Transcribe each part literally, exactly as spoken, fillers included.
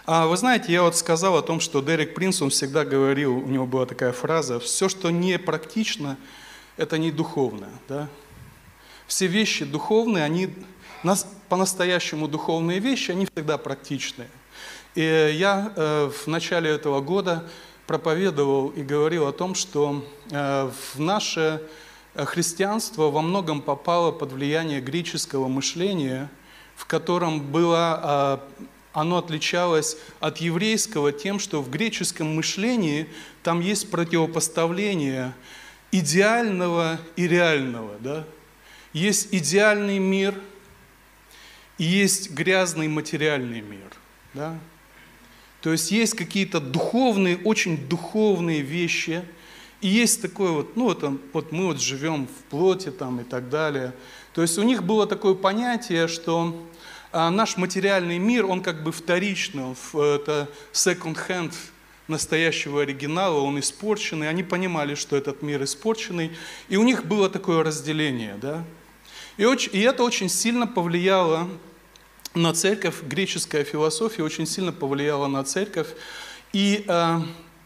А вы знаете, я вот сказал о том, что Дерек Принц, он всегда говорил, у него была такая фраза: все, что не практично, это не духовно. Да? Все вещи духовные, они по-настоящему духовные вещи, они всегда практичные. И я э, в начале этого года проповедовал и говорил о том, что э, в наше христианство во многом попало под влияние греческого мышления, в котором было, э, оно отличалось от еврейского тем, что в греческом мышлении там есть противопоставление идеального и реального. Да? Есть идеальный мир и есть грязный материальный мир. Да? То есть есть какие-то духовные, очень духовные вещи, и есть такое вот, ну вот, вот мы вот живем в плоти там и так далее. То есть у них было такое понятие, что а, наш материальный мир, он как бы вторичный, это second hand настоящего оригинала, он испорченный, они понимали, что этот мир испорченный, и у них было такое разделение, да. И, очень, и это очень сильно повлияло на церковь, греческая философия очень сильно повлияла на церковь. И э,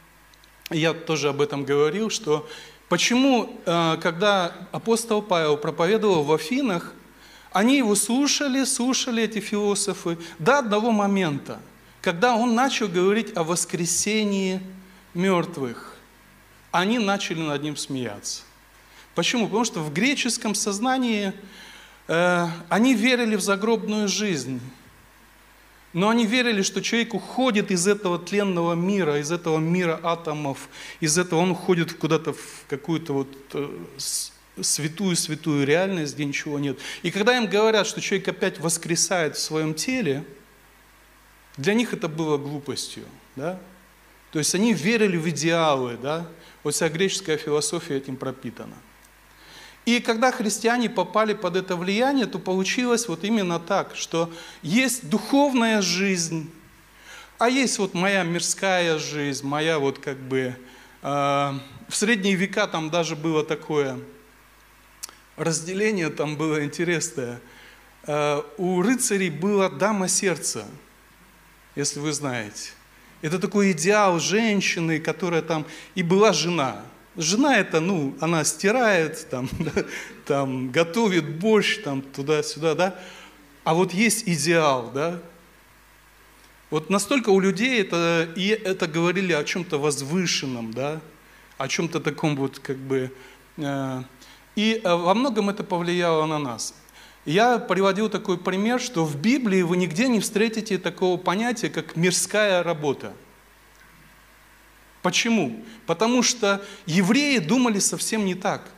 я тоже об этом говорил, что почему, э, когда апостол Павел проповедовал в Афинах, они его слушали, слушали эти философы до одного момента, когда он начал говорить о воскресении мертвых. Они начали над ним смеяться. Почему? Потому что в греческом сознании они верили в загробную жизнь, но они верили, что человек уходит из этого тленного мира, из этого мира атомов, из этого он уходит куда-то в какую-то вот святую-святую реальность, где ничего нет. И когда им говорят, что человек опять воскресает в своем теле, для них это было глупостью. Да? То есть они верили в идеалы. Да? Вот вся греческая философия этим пропитана. И когда христиане попали под это влияние, то получилось вот именно так, что есть духовная жизнь, а есть вот моя мирская жизнь, моя вот как бы... Э, в средние века там даже было такое разделение, там было интересное. Э, у рыцарей была дама сердца, если вы знаете. Это такой идеал женщины, которая там... И была жена. Жена это, ну, она стирает, там, да, там, готовит борщ, там, туда-сюда, да. А вот есть идеал, да. Вот настолько у людей это, и это говорили о чем-то возвышенном, да, о чем-то таком вот, как бы, э, и во многом это повлияло на нас. Я приводил такой пример, что в Библии вы нигде не встретите такого понятия, как мирская работа. Почему? Потому что евреи думали совсем не так.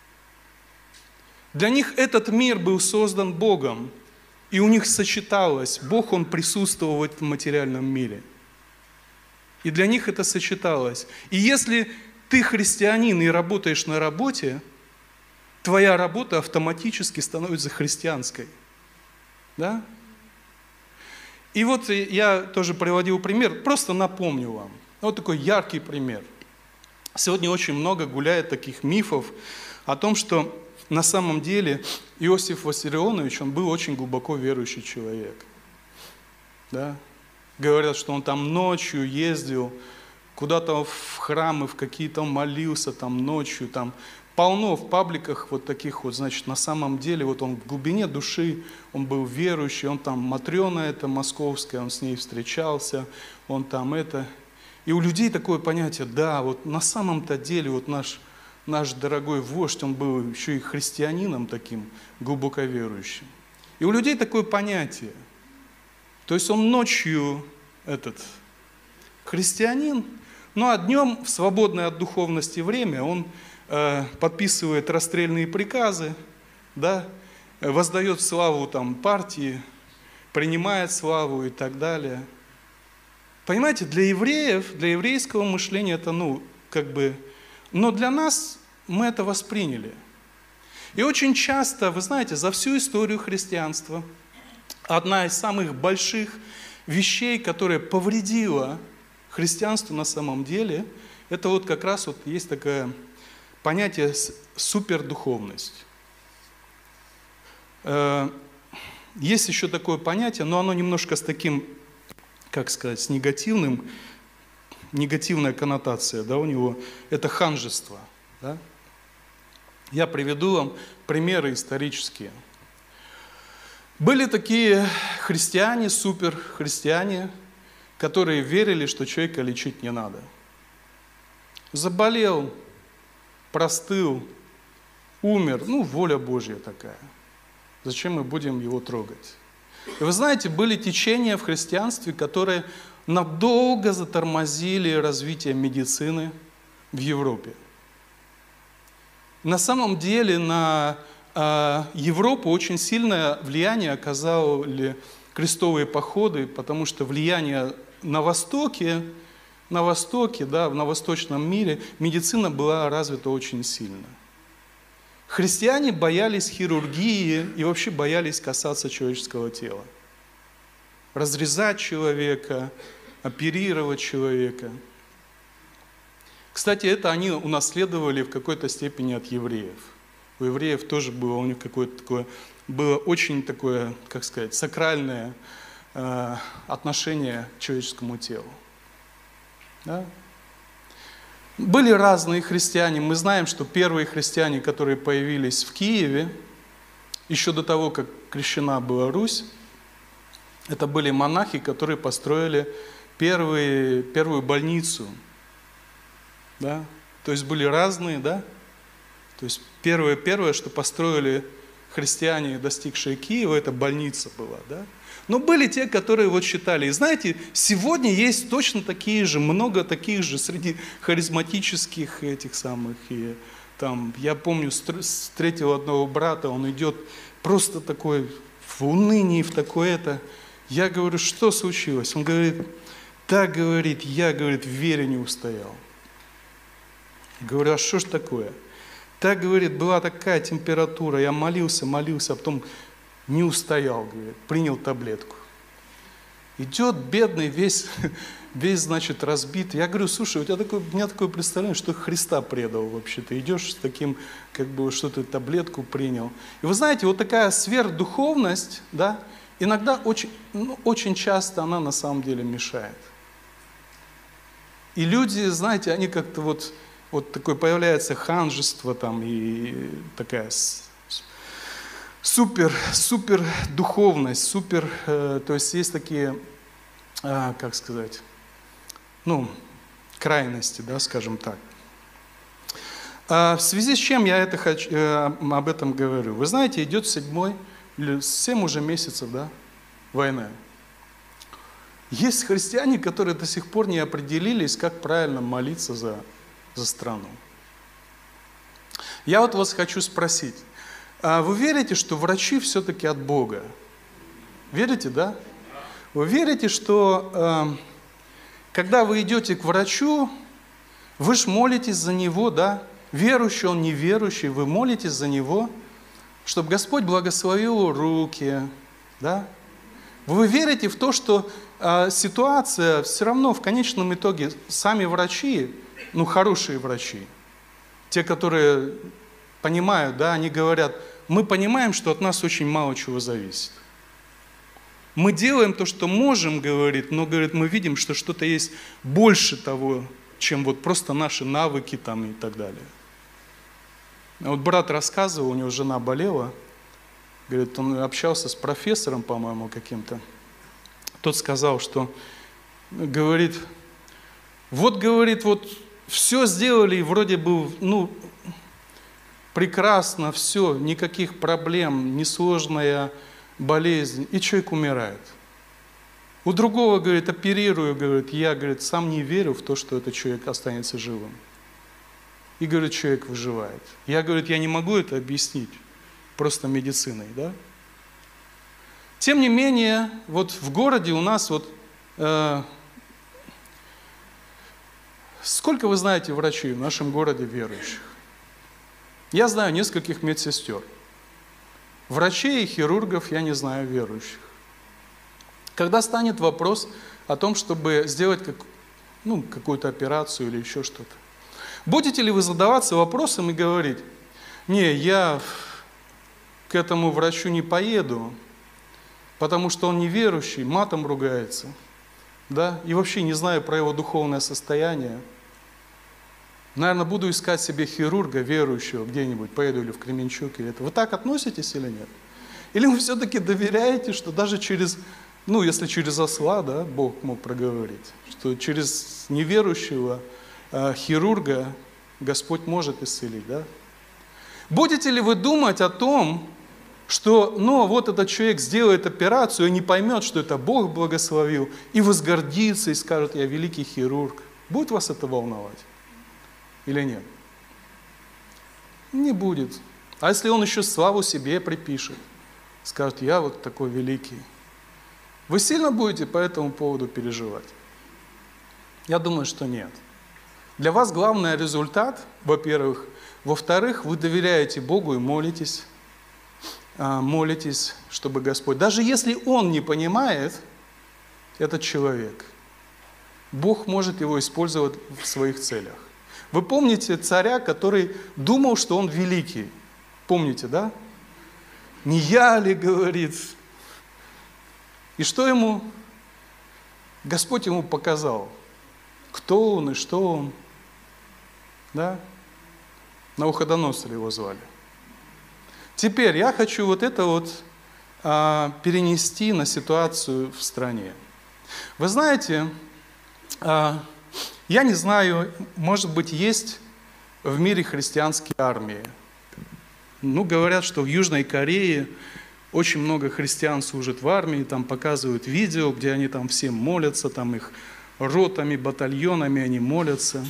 Для них этот мир был создан Богом, и у них сочеталось. Бог, Он присутствовал в этом материальном мире. И для них это сочеталось. И если ты христианин и работаешь на работе, твоя работа автоматически становится христианской. Да? И вот я тоже приводил пример, просто напомню вам. Вот такой яркий пример. Сегодня очень много гуляет таких мифов о том, что на самом деле Иосиф Виссарионович, он был очень глубоко верующий человек. Да? Говорят, что он там ночью ездил, куда-то в храмы, в какие-то молился там ночью. Там полно в пабликах вот таких вот, значит, на самом деле, вот он в глубине души, он был верующий, он там Матрена это московская, он с ней встречался, он там это... И у людей такое понятие, да, вот на самом-то деле вот наш, наш дорогой вождь, он был еще и христианином таким, глубоко верующим. И у людей такое понятие. То есть он ночью этот христианин, ну а днем в свободное от духовности время он э, подписывает расстрельные приказы, да, воздает славу там партии, принимает славу и так далее. Понимаете, для евреев, для еврейского мышления это, ну, как бы... Но для нас мы это восприняли. И очень часто, вы знаете, за всю историю христианства одна из самых больших вещей, которая повредила христианству на самом деле, это вот как раз вот есть такое понятие супердуховность. Есть еще такое понятие, но оно немножко с таким... как сказать, с негативным, негативная коннотация, да, у него, это ханжество, да. Я приведу вам примеры исторические. Были такие христиане, суперхристиане, которые верили, что человека лечить не надо. Заболел, простыл, умер, ну, воля Божья такая. Зачем мы будем его трогать? И вы знаете, были течения в христианстве, которые надолго затормозили развитие медицины в Европе. На самом деле на э, Европу очень сильное влияние оказали крестовые походы, потому что влияние на Востоке, на Востоке, да, на восточном мире медицина была развита очень сильно. Христиане боялись хирургии и вообще боялись касаться человеческого тела. Разрезать человека, оперировать человека. Кстати, это они унаследовали в какой-то степени от евреев. У евреев тоже было у них какое-то такое, было очень такое, как сказать, сакральное э, отношение к человеческому телу. Да? Были разные христиане. Мы знаем, что первые христиане, которые появились в Киеве, еще до того, как крещена была Русь, это были монахи, которые построили первые, первую больницу. Да? То есть были разные, да? То есть первое, первое, что построили христиане, достигшие Киева, это больница была, да? Но были те, которые вот считали. И знаете, сегодня есть точно такие же, много таких же среди харизматических этих самых. И там, я помню, встретил одного брата, он идет просто такой в унынии, в такое-то. Я говорю, что случилось? Он говорит, так, говорит, я, говорит, в вере не устоял. Говорю, а что ж такое? Так, говорит, была такая температура, я молился, молился, а потом не устоял, говорит, принял таблетку. Идет бедный, весь, весь, значит, разбит. Я говорю, слушай, у тебя такое, у меня такое представление, что Христа предал вообще. Ты идешь с таким, как бы, что ты таблетку принял. И вы знаете, вот такая сверхдуховность, да, иногда очень, ну, очень часто она на самом деле мешает. И люди, знаете, они как-то вот, вот такое появляется ханжество там и такая супер, супер духовность, супер, э, то есть есть такие, э, как сказать, ну, крайности, да, скажем так. А в связи с чем я это хочу, э, об этом говорю? Вы знаете, идет седьмой, или семь уже месяцев, да, война. Есть христиане, которые до сих пор не определились, как правильно молиться за, за страну. Я вот вас хочу спросить, а вы верите, что врачи все-таки от Бога? Верите, да? Вы верите, что э, когда вы идете к врачу, вы ж молитесь за него, да? Верующий он, неверующий, вы молитесь за него, чтобы Господь благословил руки, да? Вы верите в то, что э, ситуация все равно в конечном итоге сами врачи, ну хорошие врачи, те, которые понимают, да, они говорят, мы понимаем, что от нас очень мало чего зависит. Мы делаем то, что можем, говорит, но, говорит, мы видим, что что-то есть больше того, чем вот просто наши навыки там и так далее. Вот брат рассказывал, у него жена болела, говорит, он общался с профессором, по-моему, каким-то. Тот сказал, что, говорит, вот, говорит, вот все сделали, и вроде бы, ну, прекрасно, все, никаких проблем, несложная болезнь, и человек умирает. У другого, говорит, оперирую, говорит, я, говорит, сам не верю в то, что этот человек останется живым. И, говорит, человек выживает. Я, говорит, я не могу это объяснить просто медициной, да? Тем не менее, вот в городе у нас вот, э, сколько вы знаете врачей в нашем городе верующих? Я знаю нескольких медсестер. Врачей и хирургов я не знаю верующих. Когда станет вопрос о том, чтобы сделать как, ну, какую-то операцию или еще что-то, будете ли вы задаваться вопросом и говорить, не, я к этому врачу не поеду, потому что он неверующий, матом ругается, да, и вообще не знаю про его духовное состояние, наверное, буду искать себе хирурга верующего где-нибудь, поеду или в Кременчуг, или это. Вы так относитесь или нет? Или вы все-таки доверяете, что даже через, ну, если через осла, да, Бог мог проговорить, что через неверующего э, хирурга Господь может исцелить, да? Будете ли вы думать о том, что, ну, вот этот человек сделает операцию и не поймет, что это Бог благословил, и возгордится и скажет: я великий хирург. Будет вас это волновать? Или нет? Не будет. А если он еще славу себе припишет, скажет: я вот такой великий, вы сильно будете по этому поводу переживать? Я думаю, что нет. Для вас главный результат, во-первых. Во-вторых, вы доверяете Богу и молитесь, молитесь, чтобы Господь, даже если он не понимает, этот человек, Бог может его использовать в своих целях. Вы помните царя, который думал, что он великий? Помните, да? Не я ли, говорит? И что ему? Господь ему показал, кто он и что он. Да? Навуходоносор его звали. Теперь я хочу вот это вот а, перенести на ситуацию в стране. Вы знаете, а, я не знаю, может быть, есть в мире христианские армии. Ну, говорят, что в Южной Корее очень много христиан служат в армии, там показывают видео, где они там все молятся, там их ротами, батальонами они молятся.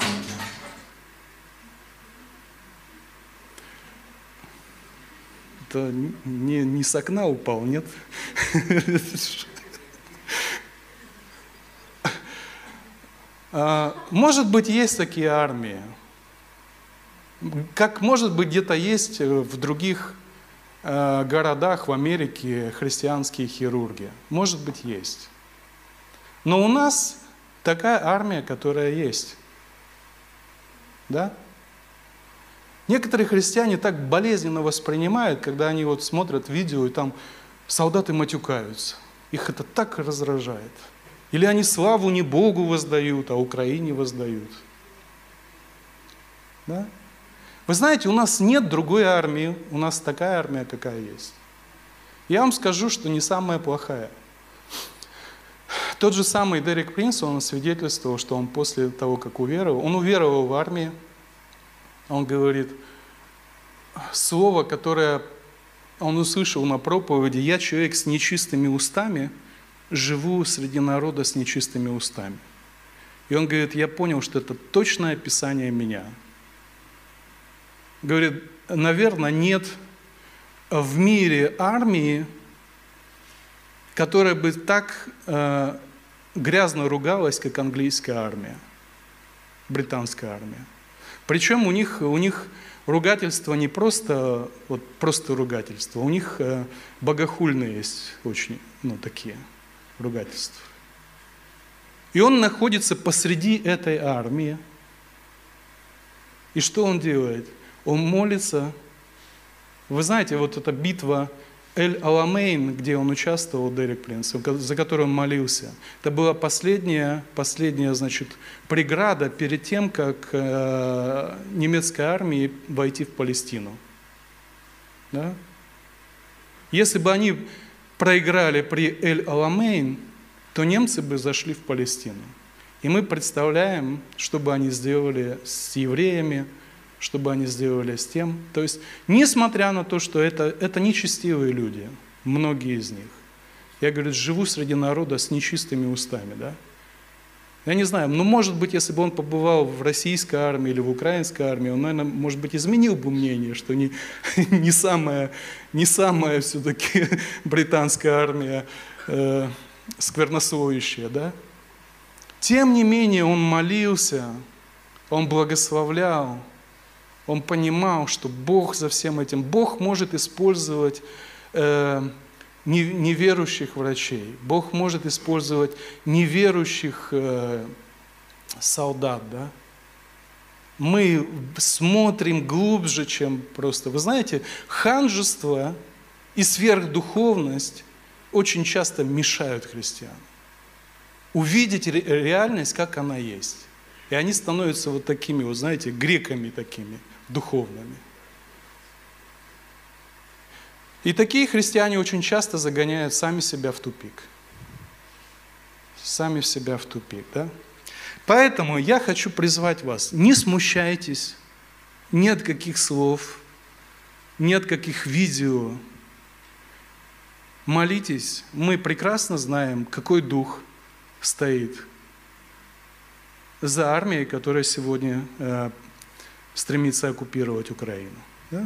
Это не, не с окна упал, нет? Может быть, есть такие армии. Как, может быть, где-то есть в других городах в Америке христианские хирурги. Может быть, есть. Но у нас такая армия, которая есть. Да? Некоторые христиане так болезненно воспринимают, когда они вот смотрят видео, и там солдаты матюкаются. Их это так раздражает. Или они славу не Богу воздают, а Украине воздают. Да? Вы знаете, у нас нет другой армии, у нас такая армия, какая есть. Я вам скажу, что не самая плохая. Тот же самый Дерек Принс, он свидетельствовал, что он после того, как уверовал, он уверовал в армии. Он говорит, слово, которое он услышал на проповеди: «Я человек с нечистыми устами, живу среди народа с нечистыми устами». И он говорит: я понял, что это точное описание меня. Говорит, наверное, нет в мире армии, которая бы так э, грязно ругалась, как английская армия, британская армия. Причем у них, у них ругательство не просто, вот, просто ругательство, у них э, богохульные есть очень, ну, такие ругательства. И он находится посреди этой армии. И что он делает? Он молится. Вы знаете, вот эта битва Эль-Аламейн, где он участвовал, Дерек Принс, за которую он молился, это была последняя, последняя, значит, преграда перед тем, как э, немецкой армии войти в Палестину. Да? Если бы они проиграли при Эль-Аламейн, то немцы бы зашли в Палестину. И мы представляем, что бы они сделали с евреями, что бы они сделали с тем. То есть, несмотря на то, что это, это нечестивые люди, многие из них. Я, говорю, живу среди народа с нечистыми устами, да? Я не знаю, но, может быть, если бы он побывал в российской армии или в украинской армии, он, наверное, может быть, изменил бы мнение, что не, не самая, не самая все-таки британская армия э, сквернословящая, да? Тем не менее, он молился, он благословлял, он понимал, что Бог за всем этим, Бог может использовать э, неверующих врачей, Бог может использовать неверующих э, солдат, да? Мы смотрим глубже, чем просто. Вы знаете, ханжество и сверхдуховность очень часто мешают христианам. увидеть ре- реальность, как она есть. И они становятся вот такими, вот знаете, греками такими, духовными. И такие христиане очень часто загоняют сами себя в тупик. Сами себя в тупик, да? Поэтому я хочу призвать вас, не смущайтесь ни от каких слов, ни от каких видео. Молитесь, мы прекрасно знаем, какой дух стоит за армией, которая сегодня э, стремится оккупировать Украину. Да?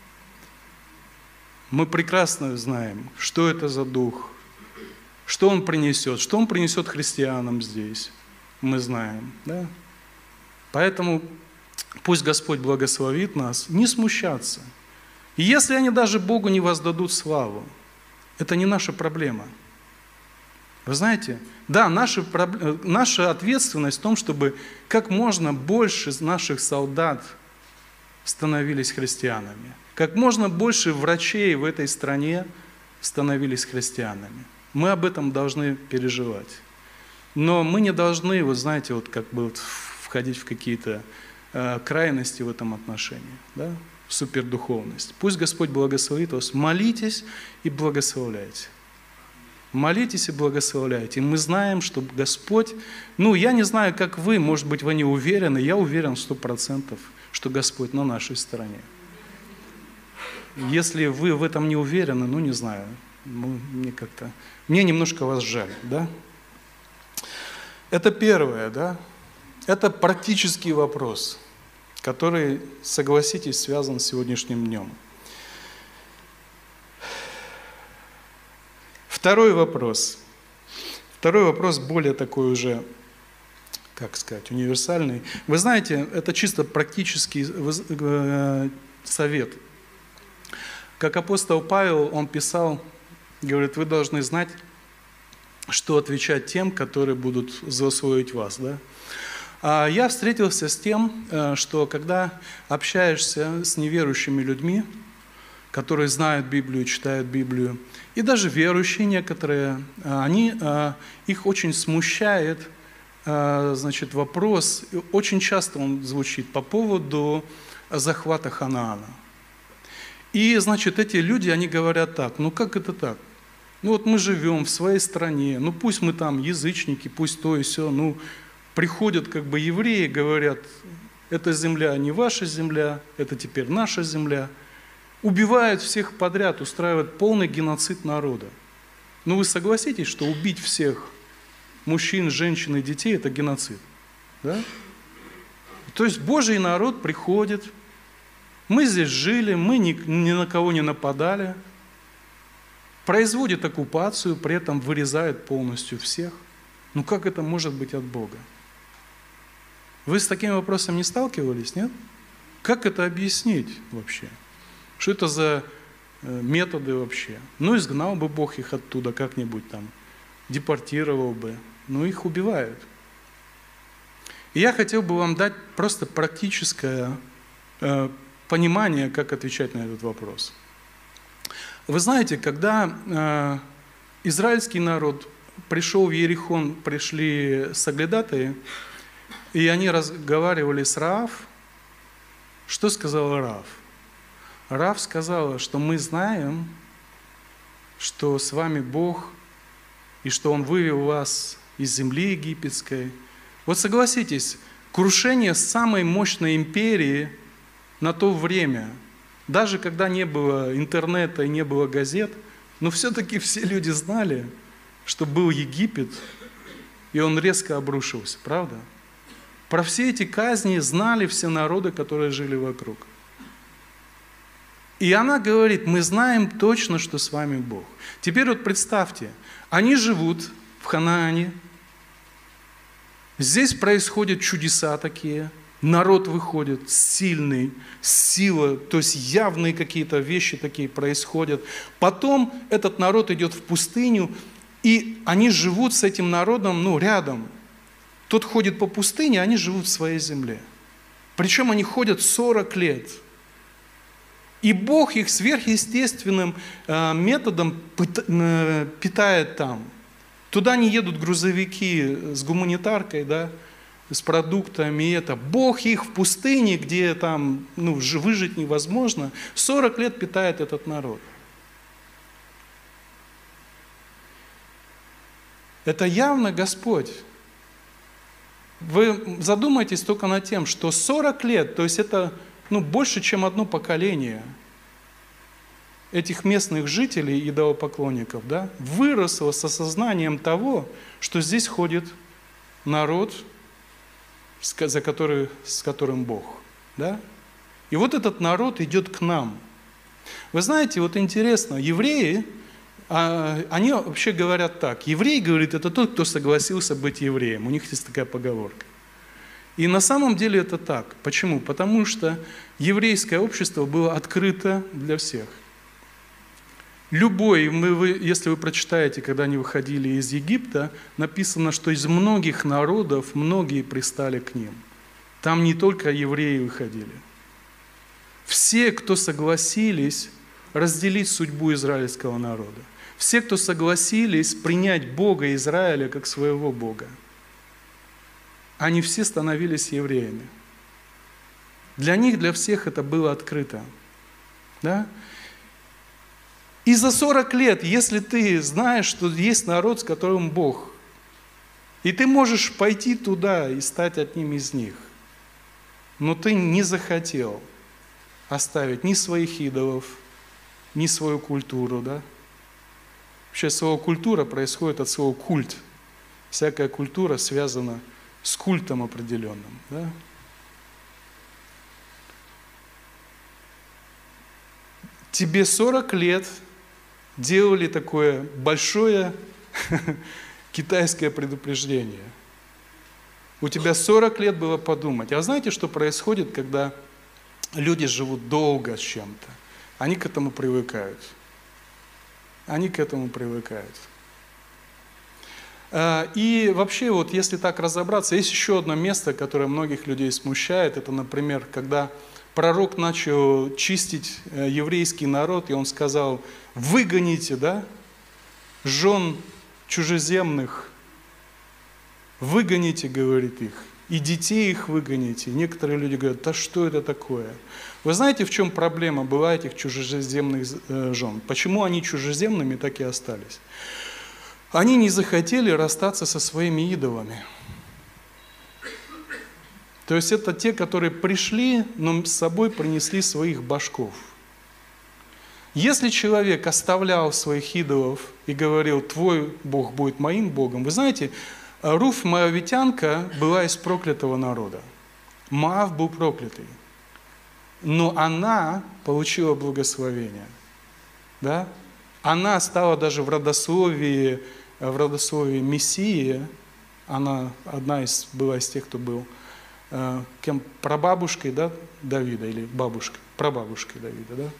Мы прекрасно знаем, что это за дух, что он принесет, что он принесет христианам здесь. Мы знаем. Да? Поэтому пусть Господь благословит нас не смущаться. И если они даже Богу не воздадут славу, это не наша проблема. Вы знаете, да, наша, наша ответственность в том, чтобы как можно больше наших солдат становились христианами. Как можно больше врачей в этой стране становились христианами. Мы об этом должны переживать. Но мы не должны, вот знаете, вот как бы вот входить в какие-то э, крайности в этом отношении, да? В супердуховность. Пусть Господь благословит вас. Молитесь и благословляйте. Молитесь и благословляйте. И мы знаем, что Господь, ну, я не знаю, как вы, может быть, вы не уверены, я уверен сто процентов, что Господь на нашей стороне. Если вы в этом не уверены, ну, не знаю, ну, мне как-то, мне немножко вас жаль, да? Это первое, да? Это практический вопрос, который, согласитесь, связан с сегодняшним днем. Второй вопрос. Второй вопрос более такой уже, как сказать, универсальный. Вы знаете, это чисто практический совет. Как апостол Павел, он писал, говорит, вы должны знать, что отвечать тем, которые будут злословить вас. Да? А я встретился с тем, что когда общаешься с неверующими людьми, которые знают Библию, читают Библию, и даже верующие некоторые, они, их очень смущает, значит, вопрос, очень часто он звучит по поводу захвата Ханаана. И, значит, эти люди, они говорят так, ну как это так? Ну вот мы живем в своей стране, ну пусть мы там язычники, пусть то и сё, ну приходят как бы евреи, говорят, эта земля не ваша земля, это теперь наша земля. Убивают всех подряд, устраивают полный геноцид народа. Ну вы согласитесь, что убить всех мужчин, женщин и детей – это геноцид? Да? То есть Божий народ приходит, мы здесь жили, мы ни, ни на кого не нападали, производит оккупацию, при этом вырезает полностью всех. Ну как это может быть от Бога? Вы с таким вопросом не сталкивались, нет? Как это объяснить вообще? Что это за методы вообще? Ну изгнал бы Бог их оттуда как-нибудь там, депортировал бы, но их убивают. И я хотел бы вам дать просто практическое э, понимание, как отвечать на этот вопрос. Вы знаете, когда э, израильский народ пришел в Иерихон, пришли соглядатаи, и они разговаривали с Раав, что сказал Раав? Раав сказала, что мы знаем, что с вами Бог, и что Он вывел вас из земли египетской. Вот согласитесь, крушение самой мощной империи на то время, даже когда не было интернета и не было газет, но все-таки все люди знали, что был Египет, и он резко обрушился, правда? Про все эти казни знали все народы, которые жили вокруг. И она говорит, мы знаем точно, что с вами Бог. Теперь вот представьте, они живут в Ханаане, здесь происходят чудеса такие, народ выходит сильный, сила, то есть явные какие-то вещи такие происходят. Потом этот народ идет в пустыню, и они живут с этим народом, ну, рядом. Тот ходит по пустыне, а они живут в своей земле. Причем они ходят сорок лет. И Бог их сверхъестественным э, методом пыт, э, питает там. Туда не едут грузовики с гуманитаркой, да, с продуктами. И это. Бог их в пустыне, где там ну, выжить невозможно, сорок лет питает этот народ. Это явно Господь. Вы задумайтесь только над тем, что сорок лет, то есть это ну, больше, чем одно поколение этих местных жителей, идолопоклонников, да, выросло с осознанием того, что здесь ходит народ, за который, с которым Бог. Да? И вот этот народ идет к нам. Вы знаете, вот интересно, евреи, они вообще говорят так. Еврей, говорит, это тот, кто согласился быть евреем. У них есть такая поговорка. И на самом деле это так. Почему? Потому что еврейское общество было открыто для всех. Любой, вы, если вы прочитаете, когда они выходили из Египта, написано, что из многих народов многие пристали к ним. Там не только евреи выходили. Все, кто согласились разделить судьбу израильского народа. Все, кто согласились принять Бога Израиля как своего Бога. Они все становились евреями. Для них, для всех это было открыто. Да? И за сорок лет, если ты знаешь, что есть народ, с которым Бог, и ты можешь пойти туда и стать одним из них, но ты не захотел оставить ни своих идолов, ни свою культуру. Да? Вообще слово «культура» происходит от слова «культ». Всякая культура связана с культом определенным. Да? Тебе сорок лет делали такое большое китайское предупреждение. У тебя сорок лет было подумать. А знаете, что происходит, когда люди живут долго с чем-то? Они к этому привыкают. Они к этому привыкают. И вообще, вот если так разобраться, есть еще одно место, которое многих людей смущает. Это, например, когда пророк начал чистить еврейский народ, и он сказал: выгоните, да, жен чужеземных, выгоните, говорит, их, и детей их выгоните. Некоторые люди говорят: да что это такое? Вы знаете, в чем проблема была этих чужеземных жен? Почему они чужеземными так и остались? Они не захотели расстаться со своими идолами. То есть это те, которые пришли, но с собой принесли своих башков. Если человек оставлял своих идолов и говорил: твой Бог будет моим Богом, вы знаете, Руфь Моавитянка была из проклятого народа. Моав был проклятый. Но она получила благословение. Да? Она стала даже в родословии, в родословии Мессии, она одна из, была из тех, кто был э, кем, прабабушкой, да, Давида, или бабушкой, прабабушкой Давида. Да?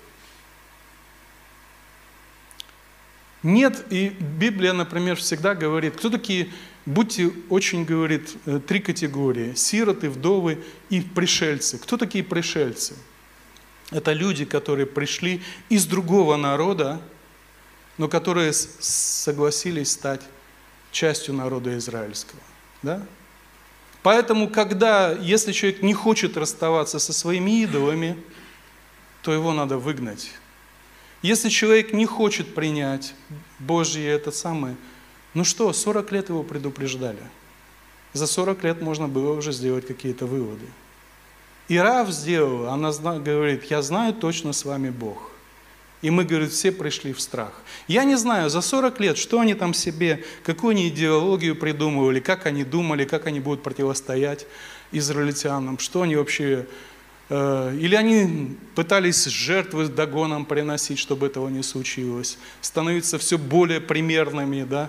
Нет, и Библия, например, всегда говорит, кто такие, будьте очень, говорит, три категории: сироты, вдовы и пришельцы. Кто такие пришельцы? Это люди, которые пришли из другого народа, но которые согласились стать частью народа израильского. Да? Поэтому, когда, если человек не хочет расставаться со своими идолами, то его надо выгнать. Если человек не хочет принять Божье это самое, ну что, сорок лет его предупреждали. За сорок лет можно было уже сделать какие-то выводы. И Раав сделала, она говорит: я знаю точно с вами Бог. И мы, говорит, все пришли в страх. Я не знаю, за сорок лет, что они там себе, какую они идеологию придумывали, как они думали, как они будут противостоять израильтянам, что они вообще... Э, или они пытались жертвы догоном приносить, чтобы этого не случилось, становиться все более примерными, да,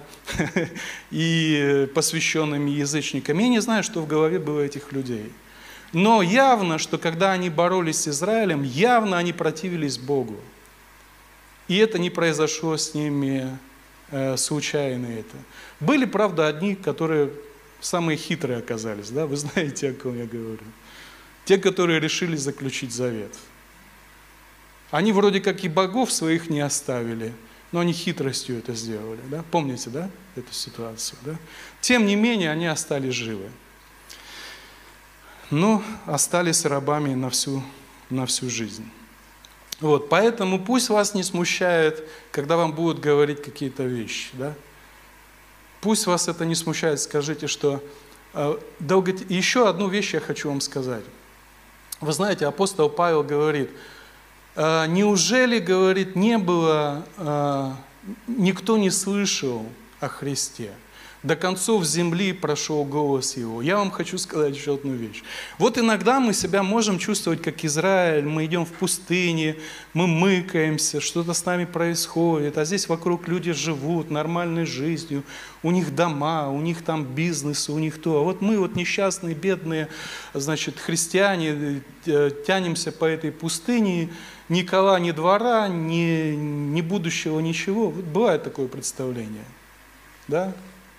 и посвященными язычниками. Я не знаю, что в голове было этих людей. Но явно, что когда они боролись с Израилем, явно они противились Богу. И это не произошло с ними э, случайно. Это. Были, правда, одни, которые самые хитрые оказались. Да? Вы знаете, о ком я говорю. Те, которые решили заключить завет. Они вроде как и богов своих не оставили, но они хитростью это сделали. Да? Помните, да, эту ситуацию? Да? Тем не менее, они остались живы. Но остались рабами на всю, на всю жизнь. Вот, поэтому пусть вас не смущает, когда вам будут говорить какие-то вещи. Да? Пусть вас это не смущает, скажите, что... Э, долго... Еще одну вещь я хочу вам сказать. Вы знаете, апостол Павел говорит, э, неужели, говорит, не было, э, никто не слышал о Христе? До концов земли прошел голос Его. Я вам хочу сказать еще одну вещь. Вот иногда мы себя можем чувствовать, как Израиль, мы идем в пустыне, мы мыкаемся, что-то с нами происходит, а здесь вокруг люди живут нормальной жизнью, у них дома, у них там бизнес, у них то. А вот мы вот несчастные, бедные, значит, христиане, тянемся по этой пустыне, ни кола, ни двора, ни, ни будущего, ничего. Вот бывает такое представление, да?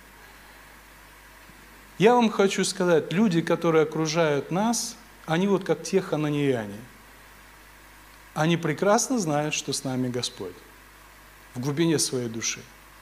Я вам хочу сказать, люди, которые окружают нас, они вот как те хананеяне. Они прекрасно знают, что с нами Господь в глубине своей души.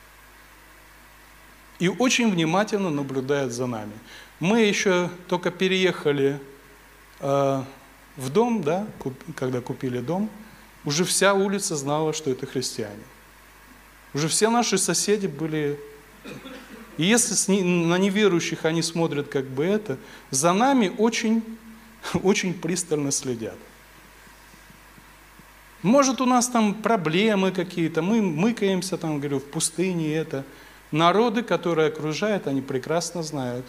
И очень внимательно наблюдают за нами. Мы еще только переехали э, в дом, да, куп, когда купили дом, уже вся улица знала, что это христиане. Уже все наши соседи были... И если на неверующих они смотрят как бы это, за нами очень, очень пристально следят. Может, у нас там проблемы какие-то, мы мыкаемся там, говорю, в пустыне это. Народы, которые окружают, они прекрасно знают,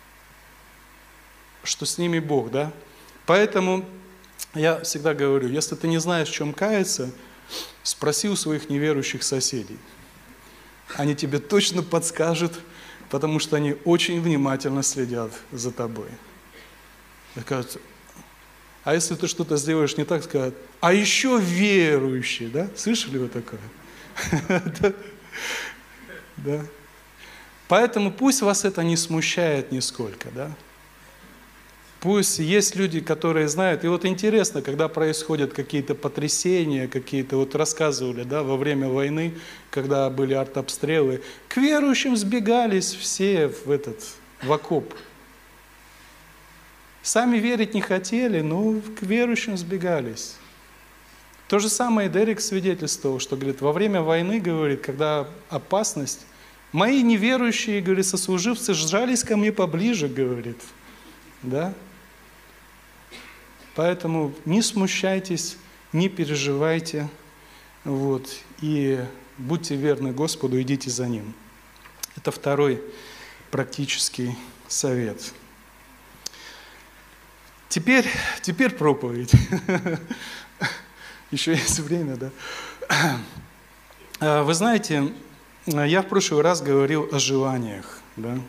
что с ними Бог, да? Поэтому я всегда говорю, если ты не знаешь, в чем каяться, спроси у своих неверующих соседей. Они тебе точно подскажут, потому что они очень внимательно следят за тобой. Скажут, а если ты что-то сделаешь не так, скажут, а еще верующие, да? Слышали вы такое? Да. Поэтому пусть вас это не смущает нисколько, да? Пусть есть люди, которые знают. И вот интересно, когда происходят какие-то потрясения, какие-то, вот рассказывали, да, во время войны, когда были артобстрелы, к верующим сбегались все в этот, в окоп. Сами верить не хотели, но к верующим сбегались. То же самое Дерек свидетельствовал, что, говорит, во время войны, говорит, когда опасность, мои неверующие, говорит, сослуживцы сжались ко мне поближе, говорит, да? Поэтому не смущайтесь, не переживайте, вот, и будьте верны Господу, идите за Ним. Это второй практический совет. Теперь, теперь проповедь. Еще есть время, да? Вы знаете, я в прошлый раз говорил о желаниях, да?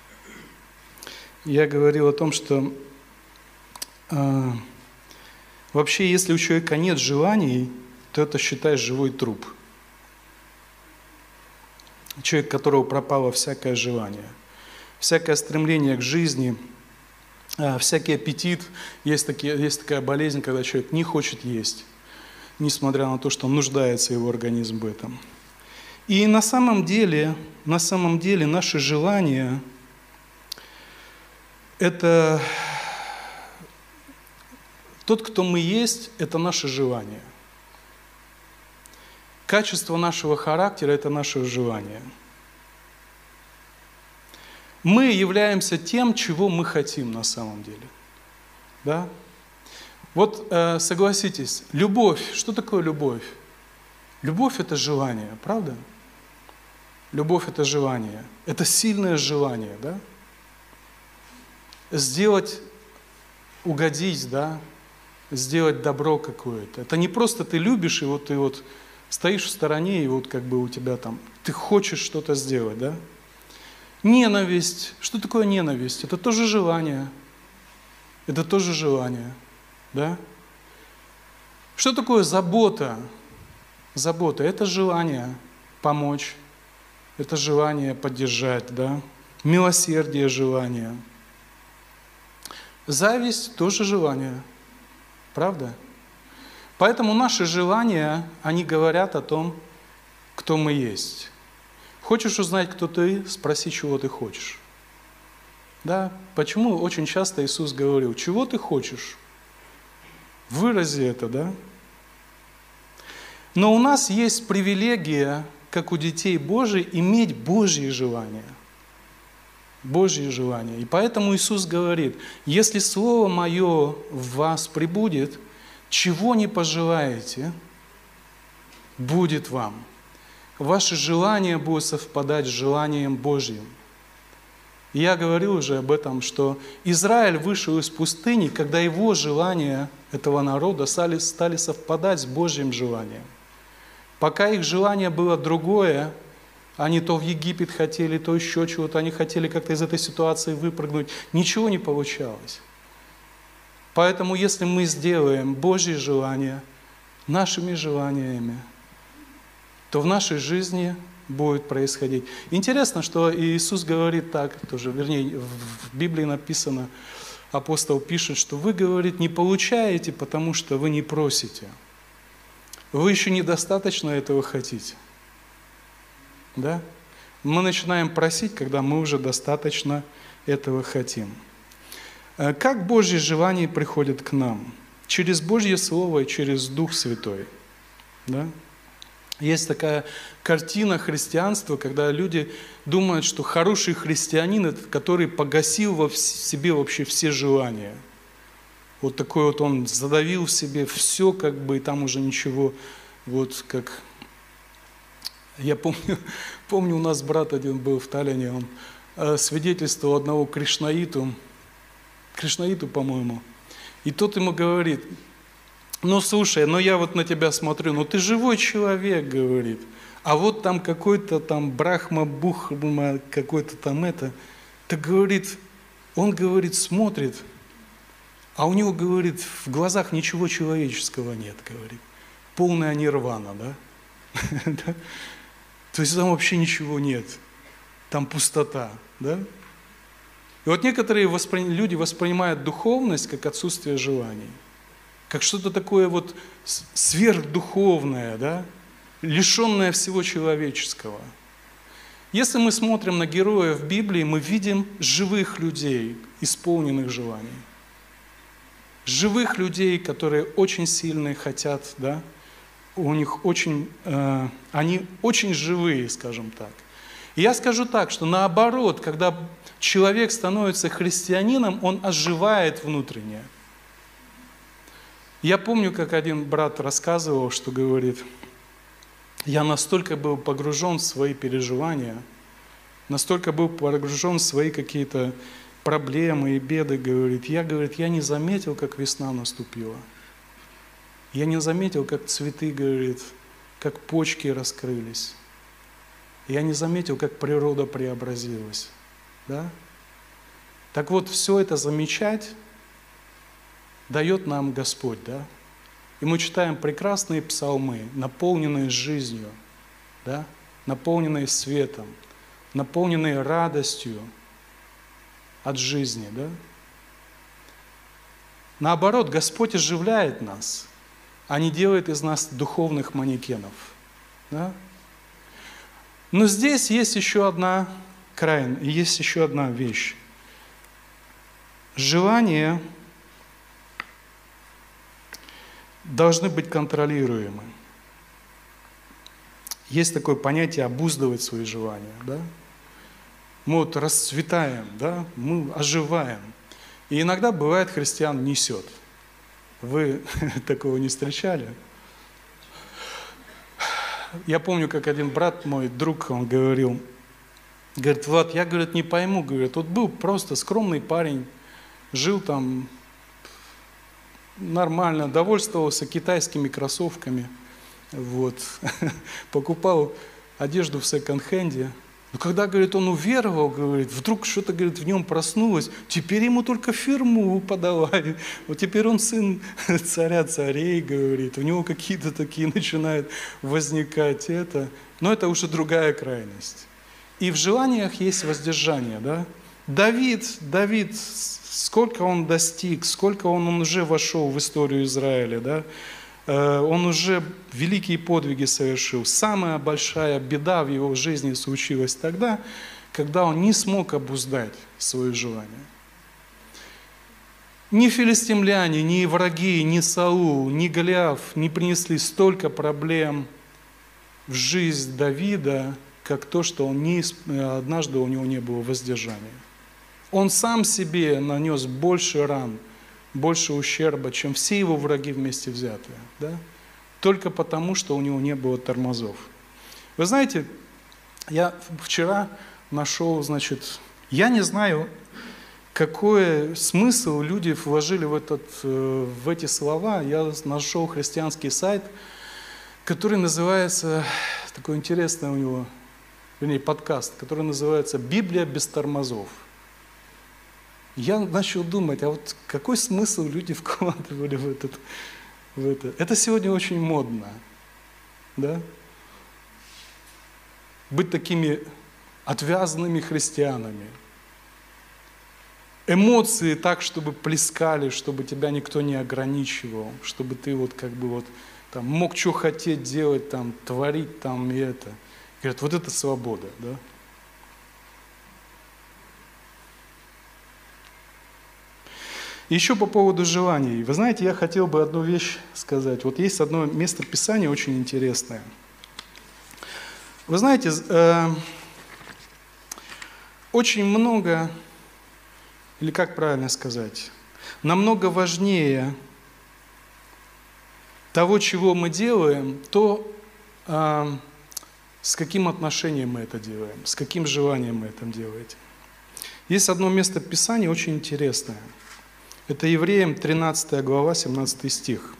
Я говорил о том, что э, вообще, если у человека нет желаний, то это, считай, живой труп. Человек, у которого пропало всякое желание, всякое стремление к жизни, э, всякий аппетит. Есть, такие, есть такая болезнь, когда человек не хочет есть, несмотря на то, что нуждается его организм в этом. И на самом деле, на самом деле наши желания – это тот, кто мы есть, это наше желание. Качество нашего характера – это наше желание. Мы являемся тем, чего мы хотим на самом деле. Да? Вот э, согласитесь, любовь, что такое любовь? Любовь – это желание, правда? Любовь – это желание. Это сильное желание, да? Сделать, угодить, да, сделать добро какое-то. Это не просто ты любишь, и вот ты вот стоишь в стороне, и вот как бы у тебя там, ты хочешь что-то сделать, да. Ненависть. Что такое ненависть? Это тоже желание. Это тоже желание, да. Что такое забота? Забота – это желание помочь, это желание поддержать, да. Милосердие – желание. Зависть – тоже желание. Правда? Поэтому наши желания, они говорят о том, кто мы есть. Хочешь узнать, кто ты? Спроси, чего ты хочешь. Да? Почему очень часто Иисус говорил, чего ты хочешь? Вырази это, да? Но у нас есть привилегия, как у детей Божьих, иметь Божьи желания. Божьи желания. И поэтому Иисус говорит, если Слово Мое в вас пребудет, чего не пожелаете, будет вам. Ваши желания будут совпадать с желанием Божьим. И я говорил уже об этом, что Израиль вышел из пустыни, когда его желания этого народа стали, стали совпадать с Божьим желанием. Пока их желание было другое, они то в Египет хотели, то еще чего-то, они хотели как-то из этой ситуации выпрыгнуть, ничего не получалось. Поэтому если мы сделаем Божьи желания нашими желаниями, то в нашей жизни будет происходить. Интересно, что Иисус говорит так, тоже, вернее, в Библии написано, апостол пишет, что вы, говорит, не получаете, потому что вы не просите. Вы еще недостаточно этого хотите. Да? Мы начинаем просить, когда мы уже достаточно этого хотим. Как Божьи желания приходят к нам? Через Божье Слово и через Дух Святой. Да? Есть такая картина христианства, когда люди думают, что хороший христианин – это который погасил в себе вообще все желания. Вот такой вот он задавил в себе все, как бы, и там уже ничего, вот как… Я помню, помню, у нас брат один был в Таллине, он э, свидетельствовал одного кришнаиту, кришнаиту, по-моему, и тот ему говорит, ну слушай, ну я вот на тебя смотрю, ну ты живой человек, говорит, а вот там какой-то там брахма, бухма, какой-то там это, так говорит, он говорит, смотрит, а у него, говорит, в глазах ничего человеческого нет, говорит, полная нирвана, да? То есть там вообще ничего нет, там пустота, да? И вот некоторые воспри... люди воспринимают духовность как отсутствие желаний, как что-то такое вот сверхдуховное, да? Лишенное всего человеческого. Если мы смотрим на героев Библии, мы видим живых людей, исполненных желаний. Живых людей, которые очень сильно хотят, да? У них очень, э, они очень живые, скажем так. И я скажу так, что наоборот, когда человек становится христианином, он оживает внутренне. Я помню, как один брат рассказывал, что говорит, я настолько был погружен в свои переживания, настолько был погружен в свои какие-то проблемы и беды, говорит, я, говорит, я не заметил, как весна наступила. Я не заметил, как цветы, говорит, как почки раскрылись. Я не заметил, как природа преобразилась. Да? Так вот, все это замечать дает нам Господь. Да? И мы читаем прекрасные псалмы, наполненные жизнью, да? Наполненные светом, наполненные радостью от жизни. Да? Наоборот, Господь оживляет нас, а не делает из нас духовных манекенов. Да? Но здесь есть еще одна крайность, есть еще одна вещь. Желания должны быть контролируемы. Есть такое понятие обуздывать свои желания. Да? Мы вот расцветаем, да? Мы оживаем. И иногда бывает, христиан несет. Вы такого не встречали? Я помню, как один брат мой, друг, он говорил, говорит, Влад, я, говорит, не пойму, говорит, вот был просто скромный парень, жил там нормально, довольствовался китайскими кроссовками, вот, покупал одежду в секонд-хенде. Но когда, говорит, он уверовал, говорит, вдруг что-то, говорит, в нем проснулось, теперь ему только фирму подавали. Вот теперь он сын царя царей, говорит, у него какие-то такие начинают возникать это. Но это уже другая крайность. И в желаниях есть воздержание, да? Давид, Давид, сколько он достиг, сколько он, он уже вошел в историю Израиля, да? он уже великие подвиги совершил. Самая большая беда в его жизни случилась тогда, когда он не смог обуздать свое желание. Ни филистимляне, ни враги, ни Саул, ни Голиаф не принесли столько проблем в жизнь Давида, как то, что он не, однажды у него не было воздержания. Он сам себе нанес больше ран, больше ущерба, чем все его враги вместе взятые. Да? Только потому, что у него не было тормозов. Вы знаете, я вчера нашел, значит, я не знаю, какой смысл люди вложили в, этот, в эти слова. Я нашел христианский сайт, который называется, такой интересный у него, вернее, подкаст, который называется «Библия без тормозов». Я начал думать, а вот какой смысл люди вкладывали в, этот, в это? Это сегодня очень модно, да? Быть такими отвязанными христианами. Эмоции так, чтобы плескали, чтобы тебя никто не ограничивал, чтобы ты вот как бы вот там мог что хотеть делать, там, творить там и это. Говорят, вот это свобода, да? Еще по поводу желаний. Вы знаете, я хотел бы одну вещь сказать. Вот есть одно место Писания очень интересное. Вы знаете, э, очень много, или как правильно сказать, намного важнее того, чего мы делаем, то, э, с каким отношением мы это делаем, с каким желанием мы это делаем. Есть одно место Писания очень интересное. Это Евреям тринадцатая глава, семнадцатый стих.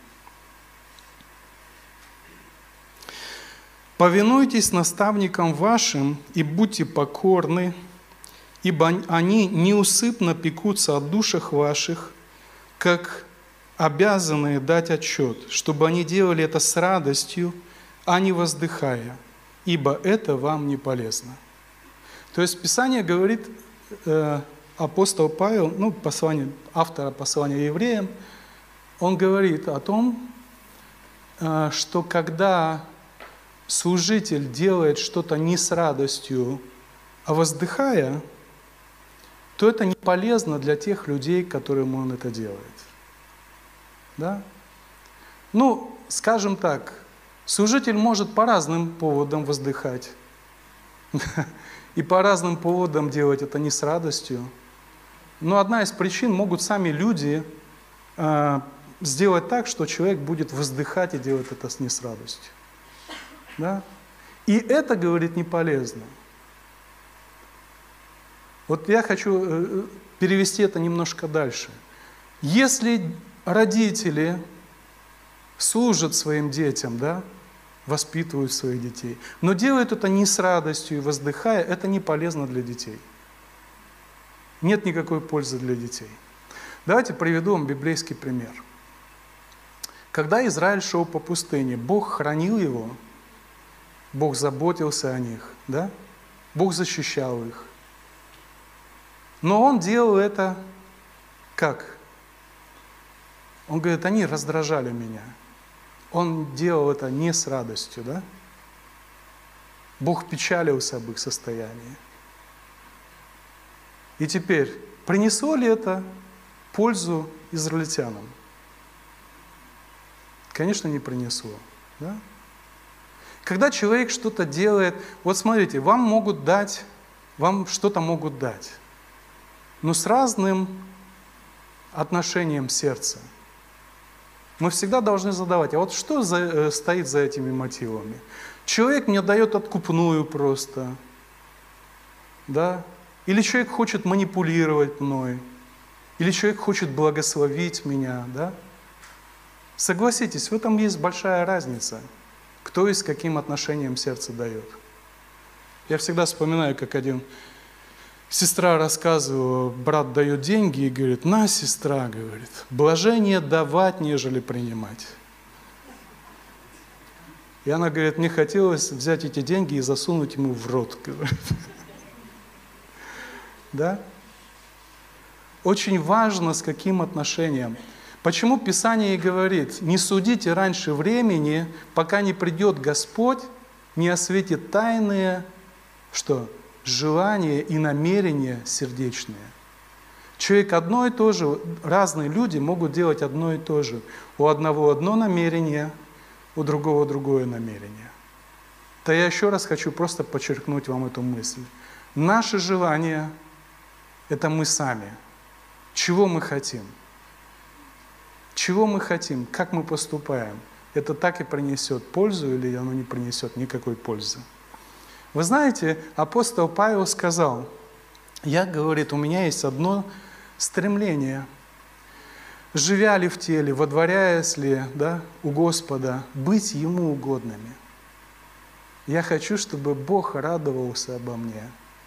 «Повинуйтесь наставникам вашим и будьте покорны, ибо они неусыпно пекутся о душах ваших, как обязанные дать отчет, чтобы они делали это с радостью, а не воздыхая, ибо это вам не полезно». То есть Писание говорит, э, апостол Павел, ну, послание, автора послания евреям, он говорит о том, э, что когда служитель делает что-то не с радостью, а воздыхая, то это не полезно для тех людей, которым он это делает. Да? Ну, скажем так, служитель может по разным поводам воздыхать. И по разным поводам делать это не с радостью. Но одна из причин могут сами люди э, сделать так, что человек будет воздыхать и делать это не с радостью. Да? И это, говорит, не полезно. Вот я хочу э, перевести это немножко дальше. Если родители служат своим детям, да, воспитывают своих детей, но делают это не с радостью и воздыхая, это не полезно для детей. Нет никакой пользы для детей. Давайте приведу вам библейский пример. Когда Израиль шел по пустыне, Бог хранил его, Бог заботился о них, да? Бог защищал их. Но Он делал это как? Он говорит, они раздражали меня. Он делал это не с радостью, да? Бог печалился об их состоянии. И теперь, принесло ли это пользу израильтянам? Конечно, не принесло. Да? Когда человек что-то делает, вот смотрите, вам могут дать, вам что-то могут дать, но с разным отношением сердца. Мы всегда должны задавать, а вот что за, стоит за этими мотивами? Человек мне дает откупную просто, да? Или человек хочет манипулировать мной, или человек хочет благословить меня, да? Согласитесь, в этом есть большая разница, кто и с каким отношением сердце дает. Я всегда вспоминаю, как один сестра рассказывала, брат дает деньги и говорит, на, сестра, говорит, блажение давать, нежели принимать. И она говорит, мне хотелось взять эти деньги и засунуть ему в рот, говорит. Да? Очень важно, с каким отношением. Почему Писание и говорит, не судите раньше времени, пока не придет Господь, не осветит тайные, что? Желания и намерения сердечные. Человек одно и то же, разные люди могут делать одно и то же. У одного одно намерение, у другого другое намерение. То я еще раз хочу просто подчеркнуть вам эту мысль. Наше желание – это мы сами. Чего мы хотим? Чего мы хотим? Как мы поступаем? Это так и принесет пользу или оно не принесет никакой пользы? Вы знаете, апостол Павел сказал, я, говорит, у меня есть одно стремление, живя ли в теле, водворяясь ли, да, у Господа, быть Ему угодными. Я хочу, чтобы Бог радовался обо мне.